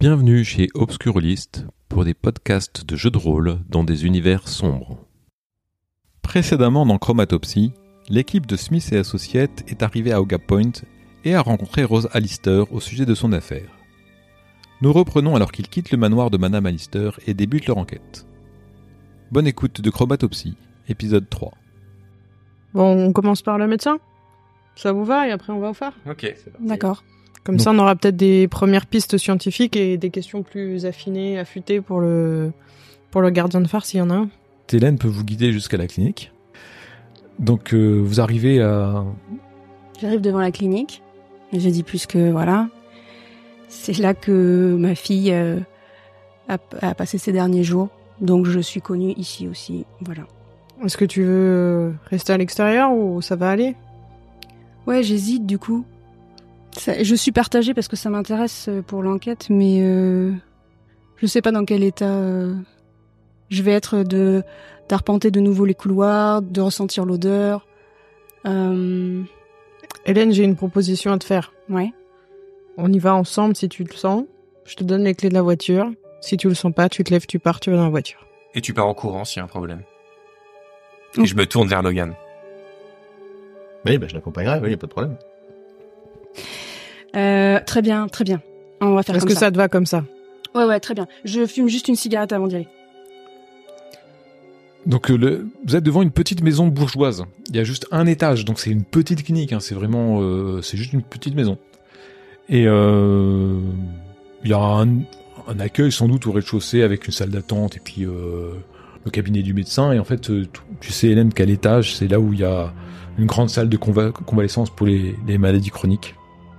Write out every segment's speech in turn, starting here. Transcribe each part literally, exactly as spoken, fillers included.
Bienvenue chez Obscurlist pour des podcasts de jeux de rôle dans des univers sombres. Précédemment dans Chromatopsy, l'équipe de Smith et Associates est arrivée à Oga Point et a rencontré Rose Allister au sujet de son affaire. Nous reprenons alors qu'ils quittent le manoir de Madame Allister et débutent leur enquête. Bonne écoute de Chromatopsy, épisode trois. Bon, on commence par le médecin ? Ça vous va et après on va au phare ? Ok, c'est parti. D'accord. Comme Donc, ça, on aura peut-être des premières pistes scientifiques et des questions plus affinées, affûtées pour le, pour le gardien de phare s'il y en a un. Hélène peut vous guider jusqu'à la clinique. Donc euh, vous arrivez à... J'arrive devant la clinique. Je dis plus que voilà. C'est là que ma fille euh, a, a passé ses derniers jours. Donc je suis connue ici aussi. Voilà. Est-ce que tu veux rester à l'extérieur ou ça va aller ? Ouais, j'hésite du coup. Ça, je suis partagée parce que ça m'intéresse pour l'enquête, mais euh, je sais pas dans quel état euh, je vais être de d'arpenter de nouveau les couloirs, de ressentir l'odeur. Euh... Hélène, j'ai une proposition à te faire. Ouais. On y va ensemble si tu le sens. Je te donne les clés de la voiture. Si tu le sens pas, tu te lèves, tu pars, tu vas dans la voiture. Et tu pars en courant s'il y a un problème. Oh. Et je me tourne vers Logan. Oui, bah, je l'accompagnerai, oui, y a pas de problème. Euh, très bien, très bien. On va faire Est-ce comme que ça. ça te va comme ça ? Ouais, ouais, très bien. Je fume juste une cigarette avant d'y aller. Donc euh, le... vous êtes devant une petite maison bourgeoise. Il y a juste un étage, donc c'est une petite clinique. Hein. C'est vraiment, euh, c'est juste une petite maison. Et euh... il y a un... un accueil sans doute au rez-de-chaussée avec une salle d'attente et puis euh... le cabinet du médecin. Et en fait, euh, tu sais Hélène qu'à l'étage, c'est là où il y a une grande salle de conva... convalescence pour les... les maladies chroniques.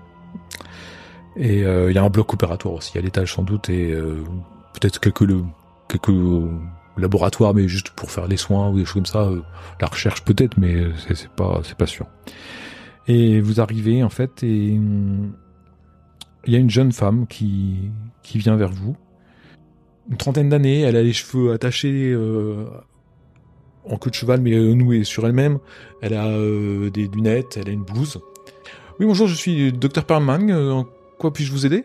Et euh, il y a un bloc opératoire aussi à l'étage sans doute et euh, peut-être quelques le... quelques laboratoire, mais juste pour faire les soins ou des choses comme ça, euh, la recherche peut-être, mais c'est, c'est pas, c'est pas sûr. Et vous arrivez en fait, et il hum, y a une jeune femme qui qui vient vers vous, une trentaine d'années, elle a les cheveux attachés euh, en queue de cheval, mais euh, noués sur elle-même. Elle a euh, des lunettes, elle a une blouse. Oui, bonjour, je suis docteur Perlman. Euh, en quoi puis-je vous aider ?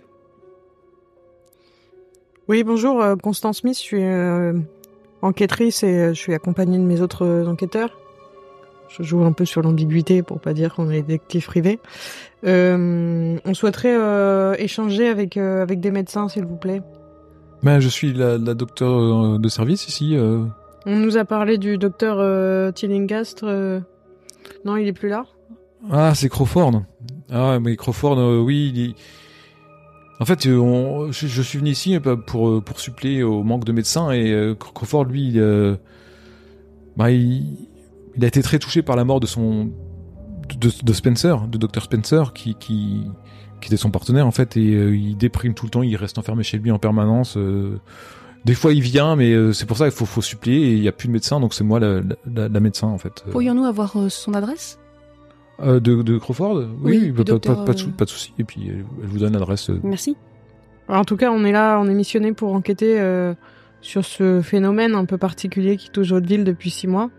Oui, bonjour, euh, Constance Smith, je suis euh, enquêtrice et je suis accompagnée de mes autres enquêteurs. Je joue un peu sur l'ambiguïté pour pas dire qu'on est détective privé. Euh, on souhaiterait euh, échanger avec euh, avec des médecins, s'il vous plaît. Ben, je suis la, la docteure de service ici. Euh... On nous a parlé du docteur euh, Tillinghast. Euh... Non, il est plus là. Ah, c'est Crawford. Ah, mais Crawford, euh, oui, il est... En fait, on, je, je suis venu ici pour pour suppléer au manque de médecins et euh, Crawford, lui, il, euh, bah, il, il a été très touché par la mort de son de, de Spencer, de docteur Spencer, qui qui qui était son partenaire en fait, et euh, il déprime tout le temps, il reste enfermé chez lui en permanence. Euh, des fois, il vient, mais euh, c'est pour ça qu'il faut faut suppléer et il y a plus de médecin, donc c'est moi la, la, la médecin en fait. Pourrions-nous avoir euh, son adresse ? Euh, de, de Crawford ? Oui, Oui, pas, docteur, pas, pas, de, sou- euh... pas de souci. Et puis elle, elle vous donne l'adresse. Euh... Merci. En tout cas, on est là, on est missionné pour enquêter euh, sur ce phénomène un peu particulier qui touche votre ville depuis six mois.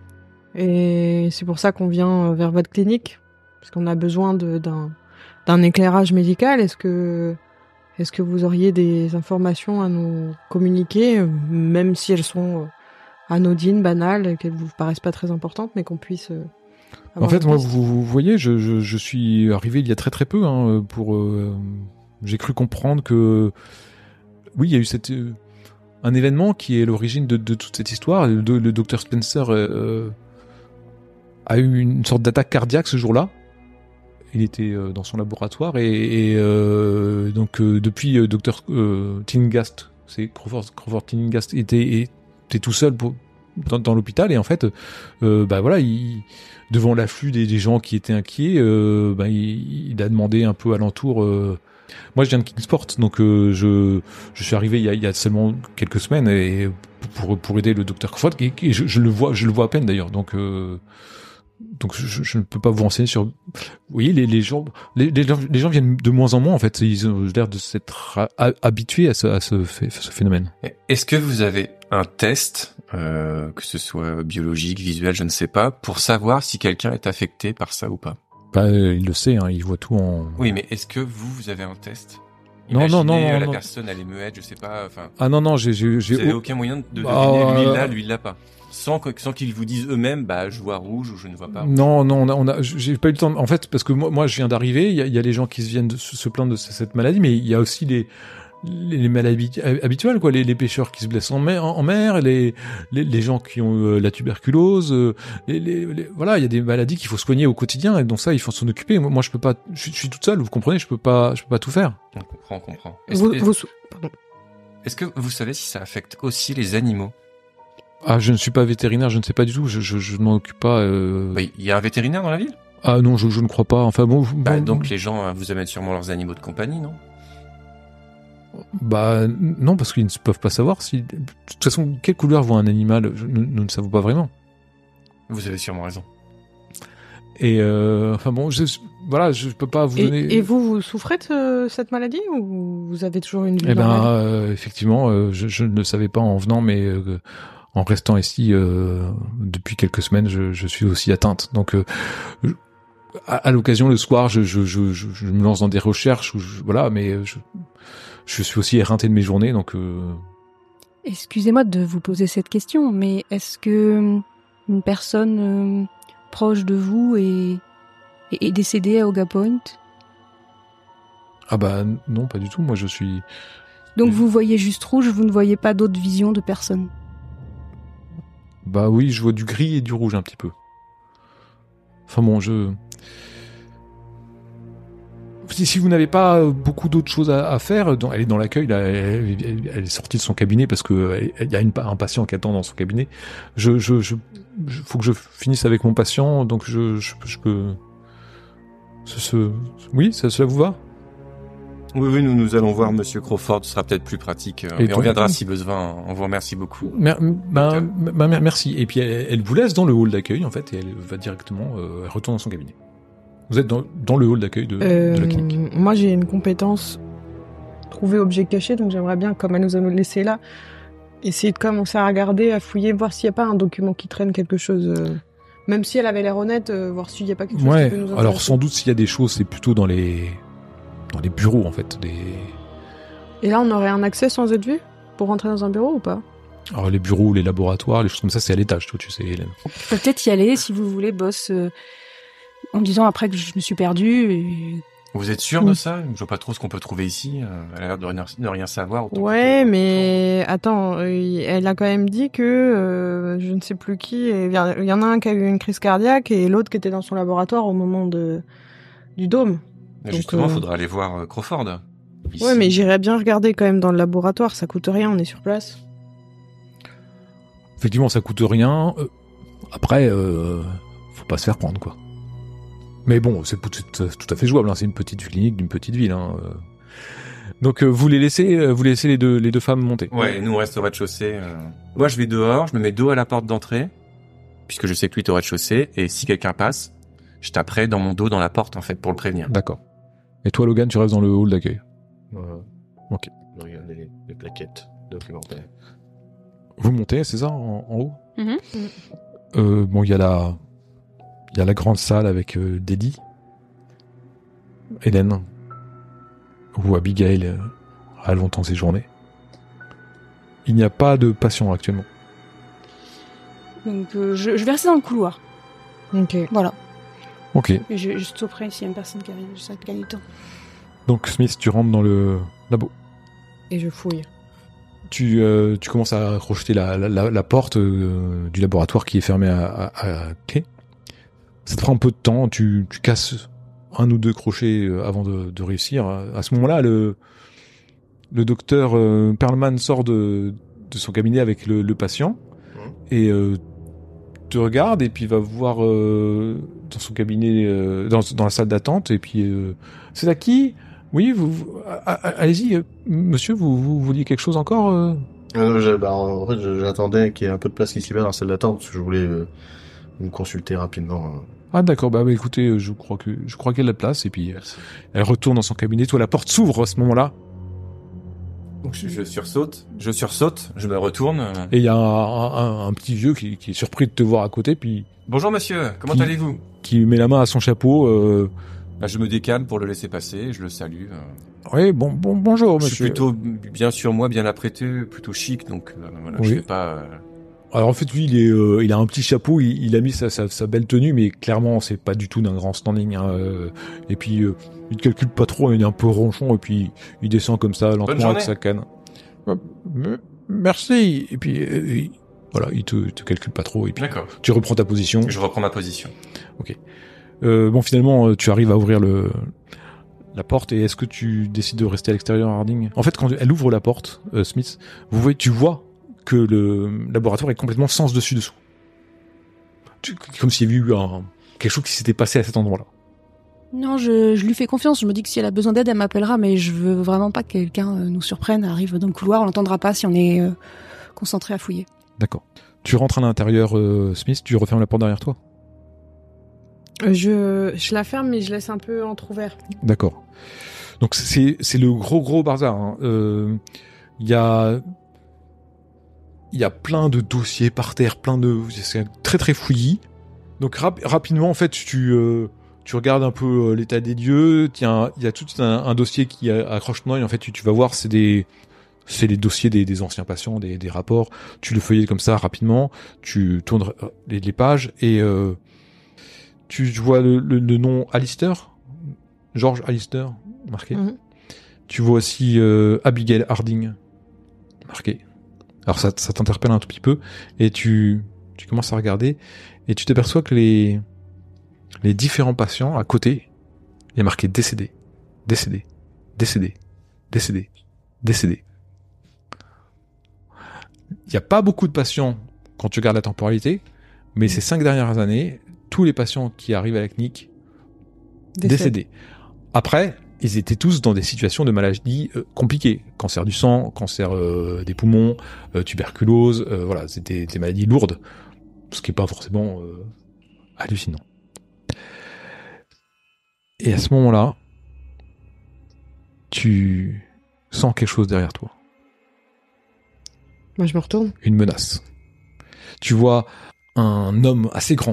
Et c'est pour ça qu'on vient vers votre clinique, parce qu'on a besoin de, d'un, d'un éclairage médical. Est-ce que, est-ce que vous auriez des informations à nous communiquer, même si elles sont anodines, banales, qu'elles vous paraissent pas très importantes, mais qu'on puisse... Euh, En fait, moi, vous, vous voyez, je, je, je suis arrivé il y a très très peu. Hein, pour, euh, j'ai cru comprendre que, oui, il y a eu cette, euh, un événement qui est l'origine de, de toute cette histoire. Le, le docteur Spencer euh, a eu une sorte d'attaque cardiaque ce jour-là. Il était euh, dans son laboratoire et, et euh, donc euh, depuis, euh, docteur euh, Tillinghast, c'est Crawford, Crawford Tillinghast était, était tout seul pour, dans, dans l'hôpital et en fait, euh, bah voilà, il devant l'afflux des, des gens qui étaient inquiets, euh, bah, il, il a demandé un peu alentour. Euh... Moi, je viens de Kingsport, donc euh, je, je suis arrivé il y, a, il y a seulement quelques semaines et pour pour aider le docteur Crawford, et, et je, je le vois, je le vois à peine d'ailleurs. Donc euh, donc je, je ne peux pas vous renseigner sur. Oui, les, les gens, les, les, les gens viennent de moins en moins en fait. Ils ont l'air de s'être a, a, habitués à ce, à ce, à ce phénomène. Est-ce que vous avez un test, euh, que ce soit biologique, visuel, je ne sais pas, pour savoir si quelqu'un est affecté par ça ou pas ? Bah, il le sait, hein, il voit tout en... Oui, mais est-ce que vous, vous avez un test ? Non, non, non, Imaginez, non, la non. personne, elle est muette, je sais pas, enfin. Ah non, non, j'ai, j'ai, j'ai... Vous avez aucun moyen de deviner, Ah, lui il euh, l'a, lui il l'a pas. Sans, que- sans qu'ils vous disent eux-mêmes, bah, je vois rouge ou je ne vois pas. Non, non, on a, on a, j'ai pas eu le temps. En fait, parce que moi, moi, je viens d'arriver. Il y a, il y a les gens qui se viennent de se, se plaindre de ce- cette maladie, mais il y a aussi les, les, les maladies habituelles, quoi. Les, les pêcheurs qui se blessent en mer, en mer, les, les, les gens qui ont euh, la tuberculose. Euh, les, les, les- voilà, il y a des maladies qu'il faut soigner au quotidien, et donc ça, il faut s'en occuper. Moi, moi, je peux pas. Je, suis- je suis toute seule. Vous comprenez? Je peux pas. Je peux pas tout faire. On comprend, on comprend. Est-ce, Vous, est-ce- vous, pardon. est-ce que vous savez si ça affecte aussi les animaux? Ah, je ne suis pas vétérinaire. Je ne sais pas du tout. Je, je, je ne m'en occupe pas. Euh... Bah, il y a un vétérinaire dans la ville? Ah non, je, je ne crois pas. Enfin bon. Bah, bon, donc les gens euh, vous amènent sûrement leurs animaux de compagnie, non? Bah non, parce qu'ils ne peuvent pas savoir si. De toute façon, quelle couleur voit un animal? Je- nous, nous ne savons pas vraiment. Vous avez sûrement raison. Et euh, enfin bon, je, voilà, je peux pas vous donner. Et, et vous, vous souffrez de ce- cette maladie ou vous avez toujours une vie Eh ben, normale? euh, effectivement, euh, je, je ne le savais pas en venant, mais euh, en restant ici euh, depuis quelques semaines, je, je suis aussi atteinte. Donc, euh, je- à, à l'occasion, le soir, je, je, je, je, je me lance dans des recherches, où je, voilà, mais je, je suis aussi éreinté de mes journées, donc. Euh, Excusez-moi de vous poser cette question, mais est-ce que une personne euh, proche de vous est, est, est décédée à Oga Point? ah bah non, pas du tout. Moi, je suis. Donc Mm. vous voyez juste rouge, vous ne voyez pas d'autres visions de personnes. Bah oui, je vois du gris et du rouge un petit peu. Enfin bon, je... Si, si vous n'avez pas beaucoup d'autres choses à, à faire, dans- elle est dans l'accueil, là, elle, elle- elle est sortie de son cabinet parce que il y a une, un patient qui attend dans son cabinet. Je, je, je, je- faut que je finisse avec mon patient, donc je, je, je peux... Ce, ce- oui, ça, cela vous va? Oui, oui, nous, nous allons voir Monsieur Crawford, ce sera peut-être plus pratique. euh, Et Et, toi on reviendra si besoin. On vous remercie beaucoup. Mer- ben, ben, mer- merci. Et puis elle, elle vous laisse dans le hall d'accueil, en fait, et elle va directement, euh, elle retourne dans son cabinet. Vous êtes dans, dans le hall d'accueil de, Euh, de la clinique. moi, j'ai une compétence trouver objet caché, donc j'aimerais bien, comme elle nous a laissé là, essayer de commencer à regarder, à fouiller, voir s'il n'y a pas un document qui traîne quelque chose. euh, Même si elle avait l'air honnête, euh, voir s'il n'y a pas quelque chose Ouais, qui peut nous alors intéresser. sans doute s'il y a des choses, c'est plutôt dans les dans les bureaux en fait. Des... Et là, on aurait un accès sans être vu pour rentrer dans un bureau ou pas? Alors les bureaux, les laboratoires, les choses comme ça, c'est à l'étage, toi, tu sais, Hélène. On peut peut-être y aller si vous voulez, boss, euh, en disant après que je me suis perdue. Et... Vous êtes sûr de ça? Je vois pas trop ce qu'on peut trouver ici. euh, Elle a l'air de rien, de rien savoir. autant Ouais, que- mais attends, euh, elle a quand même dit que euh, je ne sais plus qui. Il y, a- il y en a un qui a eu une crise cardiaque et l'autre qui était dans son laboratoire au moment de du dôme. Mais donc, justement, euh, faudra aller voir euh, Crawford. Ici. Ouais, mais j'irais bien regarder quand même dans le laboratoire. Ça coûte rien, on est sur place. Effectivement, ça coûte rien. Euh, Après, euh, faut pas se faire prendre, quoi. Mais bon, c'est tout, tout- tout à fait jouable. Hein. C'est une petite clinique d'une petite ville. Hein. euh. Donc, euh, vous les laissez, euh, vous laissez les deux les deux femmes monter. Ouais, nous on reste au rez-de-chaussée. euh. Moi, je vais dehors, je me mets dos à la porte d'entrée, puisque je sais que lui est au rez-de-chaussée, et si quelqu'un passe, je taperai dans mon dos dans la porte, en fait, pour le prévenir. D'accord. Et toi, Logan, tu restes dans le hall d'accueil. Voilà. Ok. Regardez les, les plaquettes documentaires. Vous montez, c'est ça, en, en haut. Mhm. Euh, bon, il y a la, il y a la grande salle avec euh, des lits. Hélène, où Abigail euh, a longtemps séjourné. Il n'y a pas de patient actuellement. Donc euh, je, je vais rester dans le couloir. Ok. Voilà. Ok. Et je, je stopperai s'il y a une personne qui arrive. Ça gagne du temps. Donc Smith, tu rentres dans le labo. Et je fouille. Tu, euh, tu commences à crocheter la, la, la, la porte euh, du laboratoire qui est fermée à, à, à clé. Ça te prend un peu de temps. Tu, tu casses un ou deux crochets euh, avant de, de réussir. À ce moment-là, le, le docteur euh, Perlman sort de, de son cabinet avec le, le patient et euh, te regarde et puis va voir euh, dans son cabinet, euh, dans, dans la salle d'attente et puis euh, c'est à qui? Oui, vous, vous a- a- allez-y, euh, monsieur, vous, vous vouliez quelque chose encore euh Ah non, je- bah, en fait, je- j'attendais qu'il y ait un peu de place ici-bas dans la salle d'attente, parce que je voulais euh, me consulter rapidement. hein. Ah d'accord, bah, bah écoutez, euh, je crois que je crois qu'elle a de la place et puis euh, Merci. elle retourne dans son cabinet. Toi, la porte s'ouvre à ce moment-là Donc je, je sursaute, je sursaute, je me retourne. euh. et il y a un, un- un petit vieux qui, qui est surpris de te voir à côté, puis Bonjour monsieur, comment Qui- allez-vous? qui met la main à son chapeau, euh, Bah, je me décale pour le laisser passer, je le salue. euh. Oui, bon, bon, bonjour, Je monsieur. suis plutôt bien sur moi, bien apprêté, plutôt chic, donc euh, voilà, Oui. je fais pas... euh, Alors en fait, lui, il est, euh, il a un petit chapeau, il, il a mis sa, sa, sa belle tenue, mais clairement, c'est pas du tout d'un grand standing. Hein, euh, et puis, euh, il te calcule pas trop, il est un peu ronchon, et puis il descend comme ça, lentement journée. avec sa canne. Euh, m- Merci. Et puis, euh, il- voilà, il te, il te calcule pas trop, et puis D'accord. tu reprends ta position. Je reprends ma position. Euh, bon, finalement, euh, tu arrives à ouvrir le la porte, et est-ce que tu décides de rester à l'extérieur, Harding? En fait, quand elle ouvre la porte, euh, Smith, vous voyez, tu vois que le laboratoire est complètement sens dessus dessous. Tu- Comme s'il y avait eu un, quelque chose qui s'était passé à cet endroit-là. Non, je, je lui fais confiance. Je me dis que si elle a besoin d'aide, elle m'appellera, mais je veux vraiment pas que quelqu'un euh, nous surprenne, arrive dans le couloir, on l'entendra pas si on est euh, concentré à fouiller. D'accord. Tu rentres à l'intérieur, euh, Smith, tu refermes la porte derrière toi. Je, je la ferme, mais je laisse un peu entrouvert. D'accord. Donc c'est c'est le gros gros bazar. Hein. Euh, Il y a il y a plein de dossiers par terre, plein de c'est très très fouillis. Donc rap- rapidement en fait tu euh, tu regardes un peu euh, l'état des lieux. Tiens, il y a tout un, un dossier qui accroche ton œil. En fait tu, tu vas voir c'est des c'est les dossiers des, des anciens patients, des, des rapports. Tu le feuillettes comme ça rapidement. Tu tournes les, les pages et euh, tu vois le, le, le nom Alistair, George Alistair marqué. Mhm. Tu vois aussi euh, Abigail Harding marqué. Alors ça, ça t'interpelle un tout petit peu et tu, tu commences à regarder et tu t'aperçois que les, les différents patients à côté, il y a marqué décédé, décédé, décédé, décédé, décédé. Il n'y a pas beaucoup de patients quand tu regardes la temporalité, mais ces cinq dernières années, tous les patients qui arrivent à la clinique décédés. Après, ils étaient tous dans des situations de maladie euh, compliquées. Cancer du sang, cancer euh, des poumons, euh, tuberculose, euh, voilà, c'était des maladies lourdes. Ce qui est pas forcément euh, hallucinant. Et à ce moment-là, tu sens quelque chose derrière toi. Moi, je me retourne. Une menace. Tu vois un homme assez grand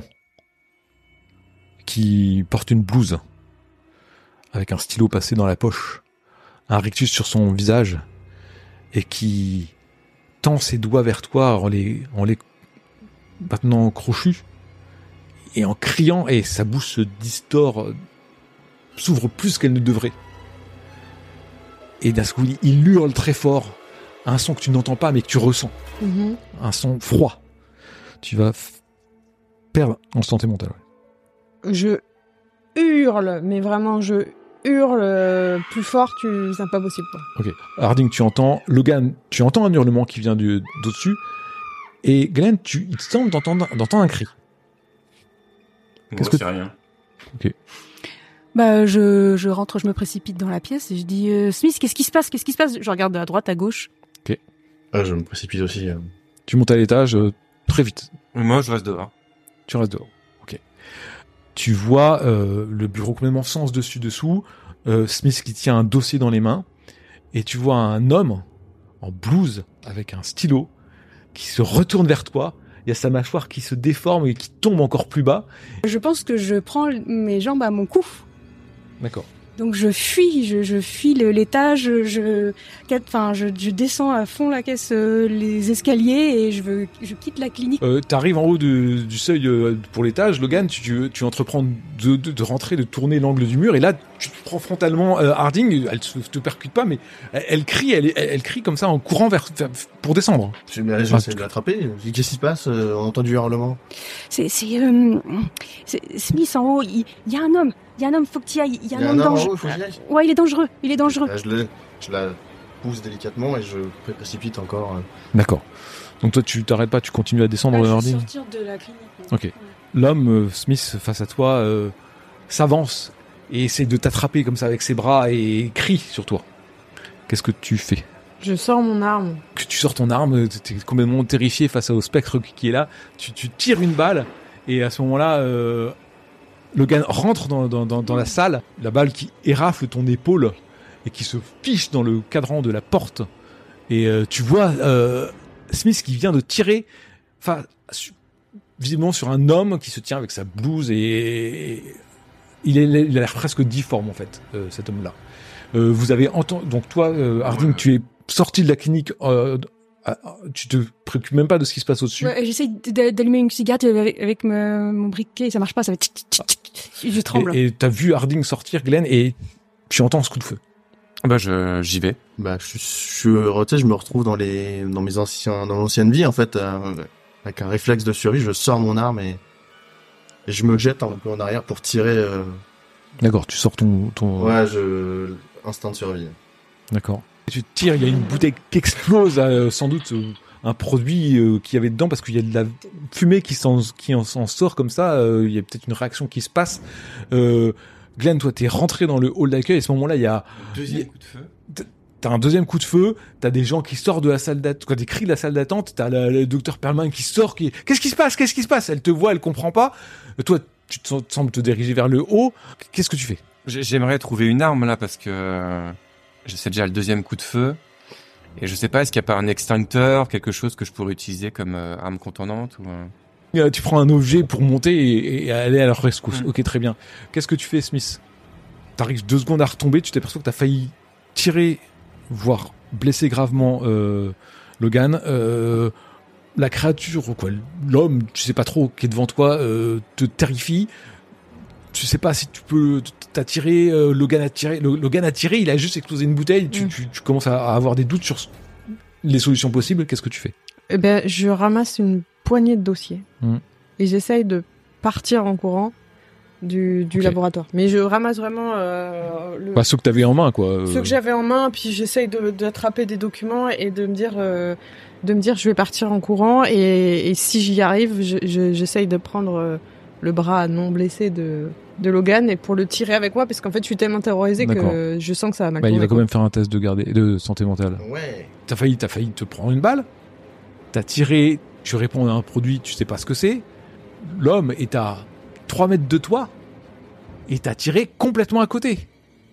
qui porte une blouse avec un stylo passé dans la poche, un rictus sur son visage, et qui tend ses doigts vers toi en les, en les maintenant crochus, et en criant, et sa bouche se distord, s'ouvre plus qu'elle ne devrait. Et d'un coup, il hurle très fort, un son que tu n'entends pas mais que tu ressens, Mhm. un son froid. Tu vas f- perdre en santé mentale. Je hurle, mais vraiment, je hurle euh, plus fort que c'est pas possible. Quoi. Ok. Harding, tu entends. Logan, tu entends un hurlement qui vient du, d'au-dessus. Et Glenn, tu, il te semble d'entendre, d'entendre un cri. Moi, Qu'est-ce que c'est rien. Bah, je, je rentre, je me précipite dans la pièce et je dis euh, Smith, qu'est-ce qui se passe? Qu'est-ce qui se passe? Je regarde à droite, à gauche. Ah, je me précipite aussi. euh. Tu montes à l'étage euh, très vite. Moi, je reste dehors. Tu restes dehors. Ok. Tu vois euh, le bureau complètement sens dessus dessous. Euh, Smith qui tient un dossier dans les mains. Et tu vois un homme en blouse avec un stylo qui se retourne vers toi. Il y a sa mâchoire qui se déforme et qui tombe encore plus bas. Je pense que je prends mes jambes à mon cou. D'accord. Donc je fuis, je, je fuis le- l'étage, je, enfin, je, je descends à fond la caisse, euh, les escaliers et je veux, je quitte la clinique. Euh, t'arrives en haut de- du seuil euh, pour l'étage, Logan, tu, tu, tu entreprends de, de, de rentrer, de tourner l'angle du mur, et là, tu te prends frontalement euh, Harding, elle te, te percute pas, mais elle, elle crie, elle, elle, elle crie comme ça en courant vers, vers- pour descendre. Je vais j'essaie de l'attraper. Je dis, qu'est-ce qui se passe? Euh, On entend du hurlement. C'est, c'est, euh, c'est Smith en haut. Il il y, a un homme, il y a un homme, faut que tu y ailles. Il y a Il y un a homme un homme en dangereux. haut, faut que j'y aille. Ouais, il est dangereux, il est dangereux. Euh, je, le- je la pousse délicatement et je me précipite encore. euh. D'accord. Donc toi, tu t'arrêtes pas, tu continues à descendre, Ah, Harding. sortir de la clinique. Ok. L'homme, euh, Smith, face à toi, euh, s'avance et essaie de t'attraper comme ça avec ses bras et crie sur toi. Qu'est-ce que tu fais? Je sors mon arme. Que tu sors ton arme, t'es complètement terrifié face au spectre qui est là, tu, tu tires une balle, et à ce moment-là, euh, Logan rentre dans, dans, dans, dans la salle, la balle qui érafle ton épaule, et qui se fiche dans le cadran de la porte, et euh, tu vois euh, Smith qui vient de tirer, enfin, su- visiblement sur un homme qui se tient avec sa blouse, et, et il, est, il a l'air presque difforme en fait, euh, cet homme-là. Euh, vous avez entendu, donc toi, euh, Harding, ouais. tu es sorti de la clinique, euh, tu te préoccupes même pas de ce qui se passe au-dessus. Ouais, j'essaie d'allumer une cigarette avec, avec me, mon briquet, ça marche pas, ça fait tic, tic, tic, je tremble. Et, et t'as vu Harding sortir, Glenn, et tu entends ce coup de feu. Bah, je, j'y vais. Bah, je, je, je, tu sais, je me retrouve dans les, dans mes anciens, dans l'ancienne vie, en fait, euh, avec un réflexe de survie, je sors mon arme et, et je me jette un peu en arrière pour tirer, euh... D'accord, tu sors ton, ton... Ouais, je, instinct de survie. D'accord. Tu tires, il y a une bouteille qui explose, euh, sans doute euh, un produit euh, qu'il y avait dedans, parce qu'il y a de la fumée qui s'en, qui en, s'en sort comme ça, euh, il y a peut-être une réaction qui se passe. Euh, Glenn, toi, t'es rentré dans le hall d'accueil, et à ce moment-là, il y a... Deuxième y a, coup de feu. T'as un deuxième coup de feu, t'as des gens qui sortent de la salle d'attente, quoi, des cris de la salle d'attente, t'as la, le docteur Perlman qui sort, qui... Qu'est-ce qui se passe? Qu'est-ce qui se passe? Elle te voit, elle comprend pas. Toi, tu te sembles te diriger vers le haut. Qu'est-ce que tu fais? J'aimerais trouver une arme, là, parce que... C'est déjà le deuxième coup de feu. Et je sais pas, est-ce qu'il n'y a pas un extincteur, quelque chose que je pourrais utiliser comme euh, arme contondante ou euh... Tu prends un objet pour monter et, et aller à leur rescousse. Mmh. Ok, très bien. Qu'est-ce que tu fais, Smith? T'arrives deux secondes à retomber, tu t'aperçois que t'as failli tirer, voire blesser gravement euh, Logan. Euh, la créature, quoi, l'homme, tu sais pas trop, qui est devant toi, euh, te terrifie. Tu sais pas si tu peux t'attirer, euh, Logan a tiré, Logan a tiré, il a juste explosé une bouteille, tu, mmh. tu, tu commences à avoir des doutes sur les solutions possibles, qu'est-ce que tu fais? Eh ben, je ramasse une poignée de dossiers mmh. et j'essaye de partir en courant du, du okay. laboratoire. Mais je ramasse vraiment euh, le... Pas ceux que t'avais en main, quoi. Ceux que j'avais en main, puis j'essaye de, d'attraper des documents et de me dire, euh, de me dire, je vais partir en courant et, et si j'y arrive, je, je, j'essaye de prendre euh, le bras non blessé de de Logan et pour le tirer avec moi parce qu'en fait je suis tellement terrorisé D'accord. que je sens que ça va mal bah, tourner. Il va quand même faire un test de garder de santé mentale. Ouais. T'as failli t'as failli te prendre une balle. T'as tiré, tu réponds à un produit, tu sais pas ce que c'est. L'homme est à trois mètres de toi et t'as tiré complètement à côté.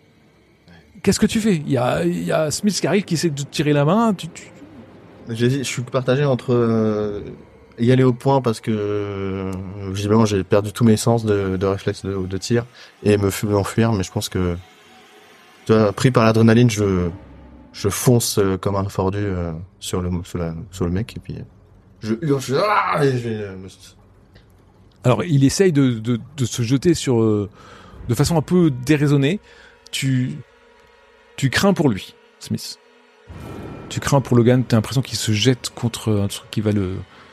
Qu'est-ce que tu fais? Il y a il y a Smith qui arrive qui essaie de te tirer la main, tu, tu... J'ai, je suis partagé entre euh... y aller au point parce que euh, visiblement j'ai perdu tous mes sens de, de réflexe de, de tir et me m'enfuir, mais je pense que tu vois, pris par l'adrénaline, je je fonce euh, comme un fordu euh, sur le sur, la, sur le mec et puis je hurle, je, ah, et je euh, me... Alors il essaye de, de de se jeter sur euh, de façon un peu déraisonnée. Tu tu crains pour lui, Smith. Tu crains pour Logan. T'as l'impression qu'il se jette contre un truc qui va le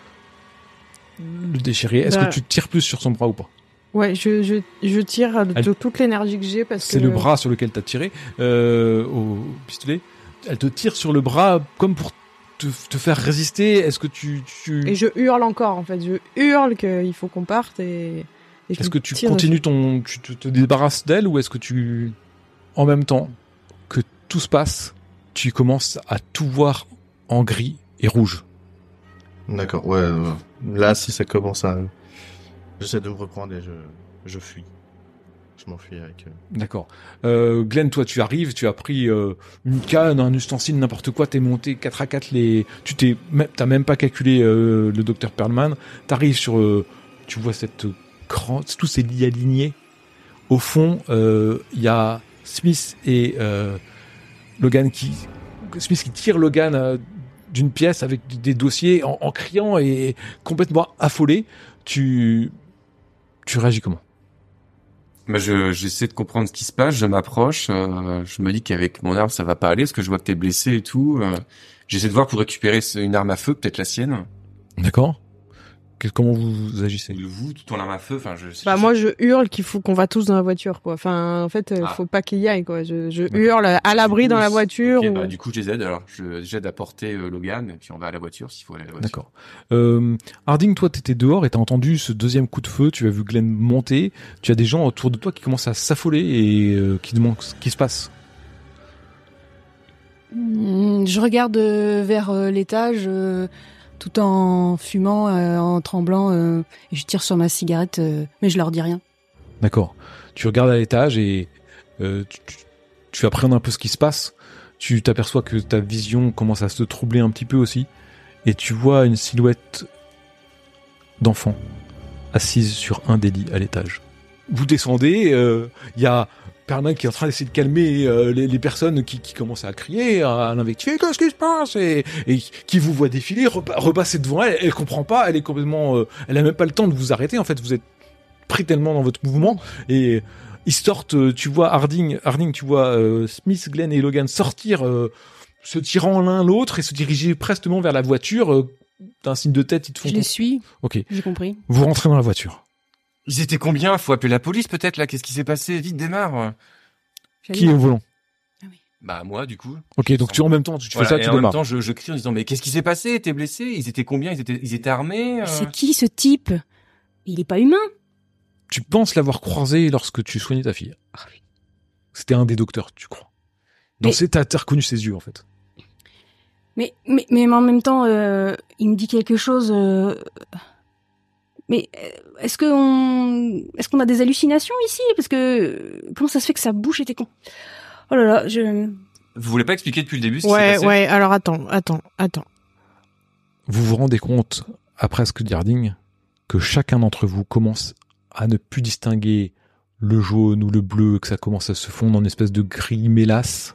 le déchirer. Est-ce bah, que tu tires plus sur son bras ou pas? Ouais, je, je, je tire de Elle... toute l'énergie que j'ai parce c'est que... le bras sur lequel t'as tiré euh, au pistolet. Elle te tire sur le bras comme pour te, te faire résister. Est-ce que tu, tu... Et je hurle encore, en fait. Je hurle qu'il faut qu'on parte et... et est-ce que tu continues dessus. ton... Tu te, te débarrasses d'elle ou est-ce que tu... En même temps que tout se passe, tu commences à tout voir en gris et rouge. D'accord, ouais. Euh, là, si ça commence à... J'essaie de me reprendre et je, je fuis. Je m'enfuis avec... Euh... D'accord. Euh, Glenn, toi, tu arrives, tu as pris euh, une canne, un ustensile, n'importe quoi, t'es monté quatre à quatre les... Tu t'es... T'as même pas calculé euh, le docteur Perlman. T'arrives sur... Euh, tu vois cette grand... tous ces lits alignés. Au fond, il euh, y a Smith et euh, Logan qui... Smith qui tire Logan... Euh, d'une pièce avec des dossiers en, en criant et complètement affolé. Tu, tu réagis comment? Bah je, j'essaie de comprendre ce qui se passe, je m'approche, euh, je me dis qu'avec mon arme ça va pas aller parce que je vois que t'es blessé et tout. Euh, j'essaie de voir pour récupérer une arme à feu, peut-être la sienne. D'accord. Comment vous agissez? Vous, tout en arme à feu, enfin je. Bah je moi je hurle qu'il faut qu'on va tous dans la voiture quoi. Enfin en fait ah. faut pas qu'il y aille quoi. Je, je hurle à l'abri dans la voiture. Okay, ou... bah, du coup je les aide alors. Je j'aide à porter euh, Logan et puis on va à la voiture s'il faut aller à la voiture. D'accord. Euh, Harding, toi t'étais dehors et t'as entendu ce deuxième coup de feu. Tu as vu Glenn monter. Tu as des gens autour de toi qui commencent à s'affoler et euh, qui demandent ce qui se passe. Je regarde vers euh, l'étage. Euh... tout en fumant, euh, en tremblant, euh, et je tire sur ma cigarette, euh, mais je leur dis rien. D'accord. Tu regardes à l'étage et euh, tu, tu, tu appréhendes un peu ce qui se passe. Tu t'aperçois que ta vision commence à se troubler un petit peu aussi, et tu vois une silhouette d'enfant assise sur un des lits à l'étage. vous descendez, il euh, y a Perlman qui est en train d'essayer de calmer euh, les, les personnes qui, qui commencent à crier, à, à l'invectiver, qu'est-ce qui se passe, et, et qui vous voit défiler, repa- repasser devant elle, elle comprend pas, elle est complètement, euh, elle a même pas le temps de vous arrêter, en fait, vous êtes pris tellement dans votre mouvement, et ils sortent, euh, tu vois Harding, Harding, tu vois euh, Smith, Glenn et Logan sortir, euh, se tirant l'un l'autre et se diriger prestement vers la voiture, euh, d'un signe de tête, ils te font... Je les suis. Ok. J'ai compris. Vous rentrez dans la voiture. Ils étaient combien? Faut appeler la police peut-être là. Qu'est-ce qui s'est passé? Vite démarre. J'allais Qui est dire. au volant? Bah moi du coup. Ok, donc tu en même temps, tu Voilà, fais ça, et tu en démarres. même temps, je, je crie en disant mais qu'est-ce qui s'est passé? T'es blessé? Ils étaient combien? Ils étaient, ils étaient armés? euh C'est qui ce type? Il est pas humain. Tu penses l'avoir croisé lorsque tu soignais ta fille. Ah oui. C'était un des docteurs, tu crois. Non, Mais- c'est t'as t'as reconnu ses yeux en fait. Mais, mais, mais en même temps, euh, il me dit quelque chose. euh, Mais euh, est-ce que on, est-ce qu'on a des hallucinations ici? Parce que euh, comment ça se fait que sa bouche était con... Oh là là, je. Vous voulez pas expliquer depuis le début ce qui Ouais, s'est passé? ouais, alors attends, attends, attends. Vous vous rendez compte, après ce que dit Harding, que chacun d'entre vous commence à ne plus distinguer le jaune ou le bleu, que ça commence à se fondre en une espèce de gris mélasse.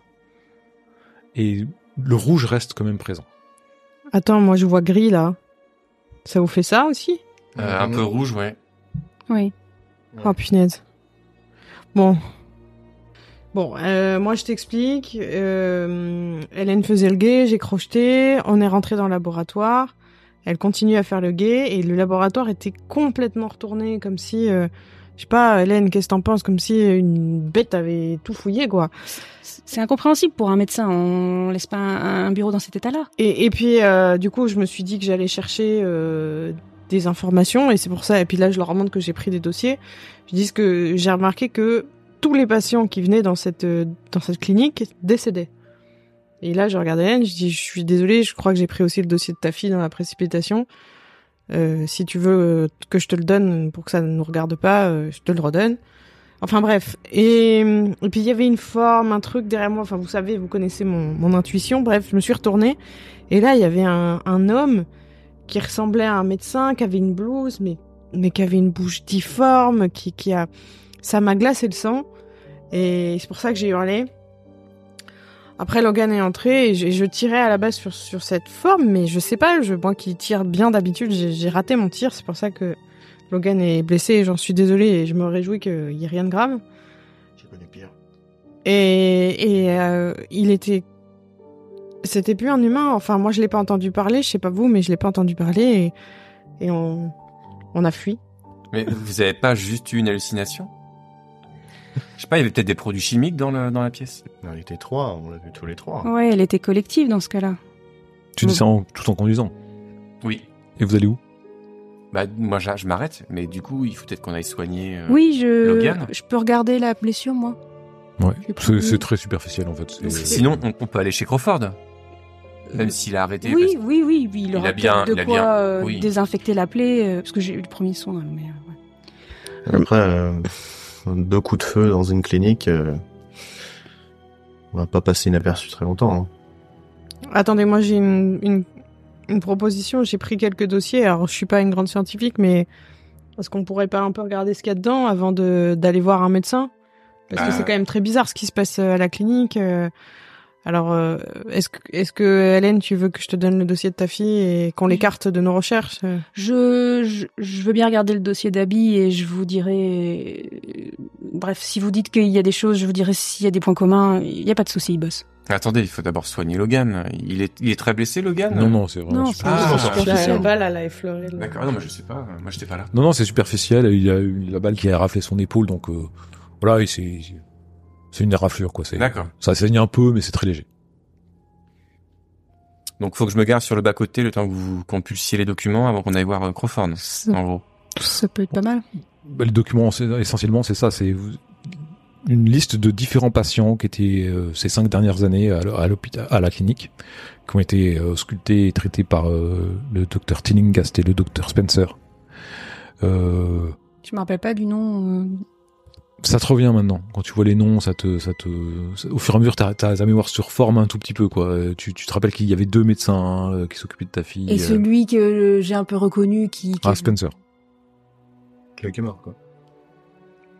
Et le rouge reste quand même présent. Attends, moi je vois gris là. Ça vous fait ça aussi? Euh, un peu rouge, ouais. Oui. Oh punaise. Bon. Bon, euh, moi je t'explique. Euh, Hélène faisait le guet, j'ai crocheté, on est rentré dans le laboratoire. Elle continue à faire le guet et le laboratoire était complètement retourné comme si, euh, je sais pas, Hélène, qu'est-ce que t'en penses? Comme si une bête avait tout fouillé, quoi. C'est incompréhensible pour un médecin. On laisse pas un, un bureau dans cet état-là. Et, et puis, euh, du coup, je me suis dit que j'allais chercher euh, des informations et c'est pour ça. Et puis là, je leur montre que j'ai pris des dossiers. Je dis que j'ai remarqué que tous les patients qui venaient dans cette euh, dans cette clinique décédaient. Et là, je regardais Hélène, je dis, je suis désolée, je crois que j'ai pris aussi le dossier de ta fille dans la précipitation. Euh, si tu veux euh, que je te le donne pour que ça ne nous regarde pas, euh, je te le redonne. Enfin bref. Et, et puis il y avait une forme, un truc derrière moi. Enfin, vous savez, vous connaissez mon, mon intuition. Bref, je me suis retournée. Et là, il y avait un, un homme qui ressemblait à un médecin, qui avait une blouse, mais, mais qui avait une bouche difforme, qui, qui a... Ça m'a glacé le sang. Et c'est pour ça que j'ai hurlé. Après, Logan est entré et je, je tirais à la base sur, sur cette forme, mais je sais pas, je, moi qui tire bien d'habitude, j'ai, j'ai raté mon tir, c'est pour ça que Logan est blessé et j'en suis désolée et je me réjouis qu'il y ait rien de grave. J'ai connu pire. Et, et euh, il était... C'était plus un humain, enfin moi je l'ai pas entendu parler, je sais pas vous, mais je l'ai pas entendu parler et, et on, on a fui. Mais vous avez pas juste eu une hallucination? Je sais pas, il y avait peut-être des produits chimiques dans, le, dans la pièce. On était trois, on l'a vu tous les trois. Ouais, elle était collective dans ce cas-là. Tu dis ça en, tout en conduisant. Oui. Et vous allez où? Bah moi je, je m'arrête, mais du coup il faut peut-être qu'on aille soigner. euh, Oui, je. Logan Je peux regarder la blessure, moi. Ouais. J'ai pas C'est, vu. c'est très superficiel en fait. C'est- Sinon on, on peut aller chez Crawford, même s'il a arrêté. Oui, parce- oui, oui, oui, il Il aura a bien- peut-être de il a quoi bien- euh, oui. désinfecter la plaie, euh, parce que j'ai eu le premier soin. Mais, euh, ouais. Après, euh, deux coups de feu dans une clinique, euh, on va pas passer inaperçu très longtemps. Hein. Attendez, moi j'ai une, une, une proposition, j'ai pris quelques dossiers, alors je suis pas une grande scientifique, mais est-ce qu'on pourrait pas un peu regarder ce qu'il y a dedans avant de, d'aller voir un médecin? Parce que Ah. c'est quand même très bizarre ce qui se passe à la clinique. euh. Alors, euh, est-ce que, est-ce que Hélène, tu veux que je te donne le dossier de ta fille et qu'on l'écarte de nos recherches? Je, je, je veux bien regarder le dossier d'Abby et je vous dirai. euh, Bref, si vous dites qu'il y a des choses, je vous dirai s'il y a des points communs. Il y a pas de souci, boss. Attendez, il faut d'abord soigner Logan. Il est, il est très blessé, Logan? Non, non, c'est vraiment Non, super- Ah, c'est c'est La superficiel. balle, elle a effleuré. le- D'accord, non mais je sais pas, moi j'étais pas là. Non, non, c'est superficiel. Il y a eu la balle qui a raflé son épaule, donc euh, voilà, et c'est c'est une raflure quoi. C'est, D'accord. ça saigne un peu, mais c'est très léger. Donc faut que je me gare sur le bas-côté le temps que vous compulsiez les documents avant qu'on aille voir euh, Crawford, Ça, en gros. ça peut être pas mal. Bah, le document, c'est- essentiellement, c'est ça. C'est vous- une liste de différents patients qui étaient euh, ces cinq dernières années à, l- à l'hôpital, à la clinique, qui ont été euh, auscultés et traités par euh, le docteur Tillinghast et le docteur Spencer. Euh, Je me rappelle pas du nom. euh, ça te revient maintenant. Quand tu vois les noms, ça te, ça te, ça- au fur et à mesure, ta, ta, ta mémoire se reforme un tout petit peu, quoi. Euh, Tu, tu te rappelles qu'il y avait deux médecins euh, qui s'occupaient de ta fille. Et euh, celui que j'ai un peu reconnu qui. qui- Ah, Spencer. Quelqu'un est mort, quoi.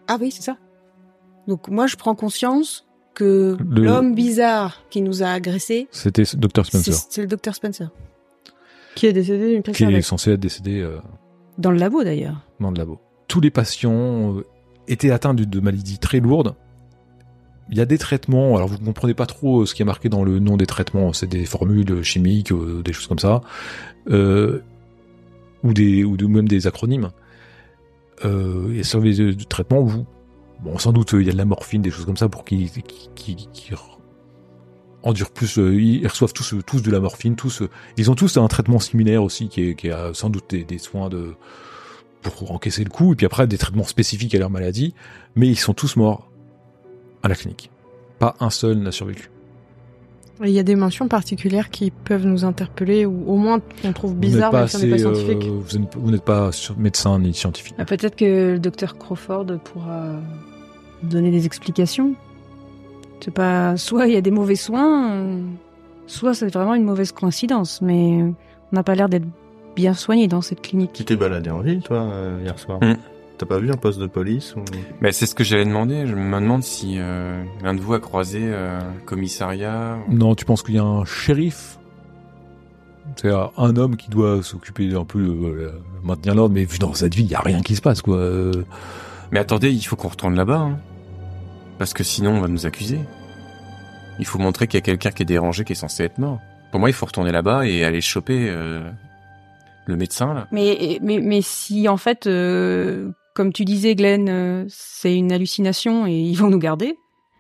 Ah oui, c'est ça. Donc moi, je prends conscience que Le- l'homme bizarre qui nous a agressés, C'était docteur Spencer, c'est, c'est le docteur Spencer. Qui est décédé d'une crise qui est cardiaque. censé être décédé euh, Dans le labo, d'ailleurs. dans le labo. Tous les patients euh, étaient atteints de, de maladies très lourdes. Il y a des traitements, alors vous ne comprenez pas trop euh, ce qui est marqué dans le nom des traitements, c'est des formules chimiques, euh, des choses comme ça, euh, ou, des, ou de, même des acronymes. Euh, et sur les euh, traitements, vous, bon, sans doute, euh, il y a de la morphine, des choses comme ça, pour qu'ils qui, qui, qui endurent plus, euh, ils reçoivent tous, euh, tous de la morphine, tous, euh, ils ont tous un traitement similaire aussi, qui, est, qui a sans doute des, des soins de, pour encaisser le coup, et puis après des traitements spécifiques à leur maladie, mais ils sont tous morts à la clinique. Pas un seul n'a survécu. Il y a des mentions particulières qui peuvent nous interpeller, ou au moins on trouve Vous bizarre, n'êtes pas même si on n'est pas assez, euh, scientifique. vous n'êtes- vous n'êtes pas sur- médecin ni scientifique. Ah, peut-être que le docteur Crawford pourra donner des explications. C'est pas... Soit il y a des mauvais soins, euh, soit c'est vraiment une mauvaise coïncidence, mais on n'a pas l'air d'être bien soigné dans cette Tu clinique. t'es baladé en ville, toi, euh, hier soir. Mm. T'as pas vu un poste de police ou... Mais c'est ce que j'allais demander. Je me demande si euh, l'un de vous a croisé euh, un commissariat. ou- Non, tu penses qu'il y a un shérif? C'est un homme qui doit s'occuper un peu de euh, maintenir l'ordre, mais vu dans cette ville, il y a rien qui se passe, quoi. Euh, Mais attendez, il faut qu'on retourne là-bas, hein. Parce que sinon on va nous accuser. Il faut montrer qu'il y a quelqu'un qui est dérangé, qui est censé être mort. Pour moi, il faut retourner là-bas et aller choper euh, le médecin là. Mais, mais, mais si en fait, euh, comme tu disais Glenn, euh, c'est une hallucination et ils vont nous garder.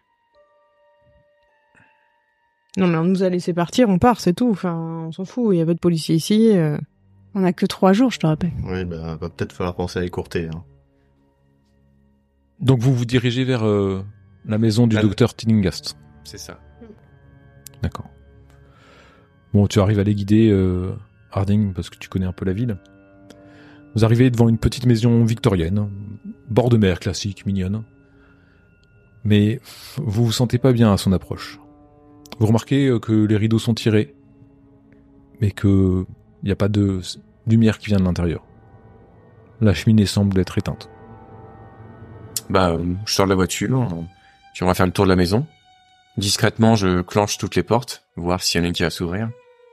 Non, mais on nous a laissé partir, on part, c'est tout. Enfin, on s'en fout, il y a pas de policiers ici. euh. On a que trois jours, je te rappelle. Oui, bah, va peut-être falloir penser à écourter. Hein. Donc vous vous dirigez vers euh, la maison du La- docteur Tillinghast. C'est ça. D'accord. Bon, tu arrives à les guider, euh, Harding, parce que tu connais un peu la ville. Vous arrivez devant une petite maison victorienne, bord de mer, classique, mignonne. Mais vous vous sentez pas bien à son approche. Vous remarquez euh, que les rideaux sont tirés, mais que il n'y a pas de s- lumière qui vient de l'intérieur. La cheminée semble être éteinte. Bah, euh, je sors de la voiture. euh, Puis on va faire le tour de la maison. Discrètement, je clenche toutes les portes, voir s'il y en a une qui va s'ouvrir.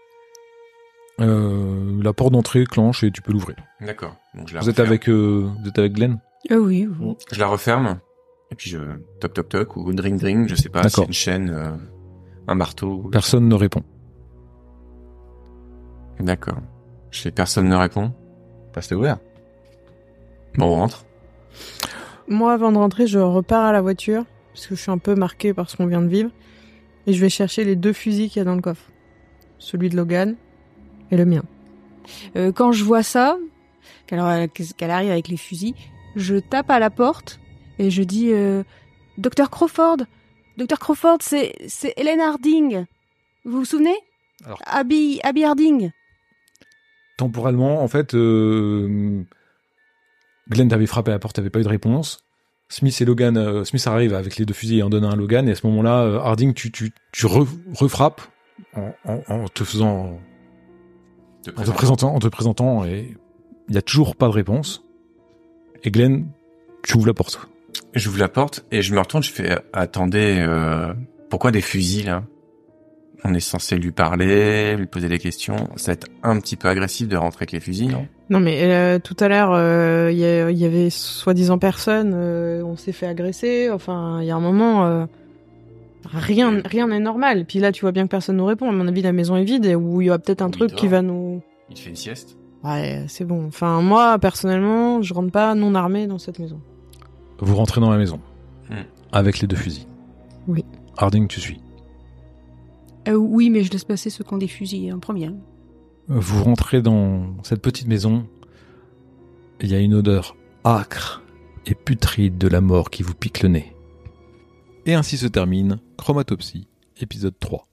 Euh, la porte d'entrée clenche et tu peux l'ouvrir. D'accord. Donc je la Vous êtes referme. avec, euh, vous êtes avec Glenn? Ah oui, oui. Je la referme. Et puis je toc toc toc ou dring dring, je sais pas, D'accord. c'est une chaîne, euh, un marteau. Personne ne répond. D'accord. Je fais personne ne répond. Bah, c'était ouvert. Bon, on rentre. Moi, avant de rentrer, je repars à la voiture, parce que je suis un peu marquée par ce qu'on vient de vivre, et je vais chercher les deux fusils qu'il y a dans le coffre. Celui de Logan et le mien. Euh, quand je vois ça, qu'elle, euh, qu'elle arrive avec les fusils, je tape à la porte et je dis euh, Docteur Crawford, Docteur Crawford, c'est c'est Hélène Harding. Vous vous souvenez? Alors- Abby, Abby Harding. Temporellement, en fait, euh, Glenn t'avait frappé à la porte, t'avais pas eu de réponse. Smith et Logan, euh, Smith arrive avec les deux fusils et en donne un à Logan, et à ce moment-là, euh, Harding, tu, tu, tu re- refrappes en, en, en te faisant, Te en te présentant, en te présentant, et il y a toujours pas de réponse. Et Glenn, tu ouvres la porte. J'ouvre la porte et je me retourne, je fais attendez, euh, pourquoi des fusils là? On est censé lui parler, lui poser des questions. Ça va être un petit peu agressif de rentrer avec les fusils, non? Non, mais euh, tout à l'heure, euh, il y, a- il y avait soi-disant personne, euh, on s'est fait agresser, enfin, il y a un moment, euh, rien rien n'est normal. Et puis là, tu vois bien que personne nous répond. À mon avis, la maison est vide, et où il y a peut-être un Oui, truc dehors. qui va nous... Il fait une sieste. Ouais, c'est bon. Enfin, moi, personnellement, je rentre pas non armé dans cette maison. Vous rentrez dans la maison. Hmm. Avec les deux fusils. Oui. Harding, tu suis. Euh, oui, mais je laisse passer ceux qui ont des fusils en premier. Vous rentrez dans cette petite maison. Il y a une odeur âcre et putride de la mort qui vous pique le nez. Et ainsi se termine Chromatopsie, épisode trois.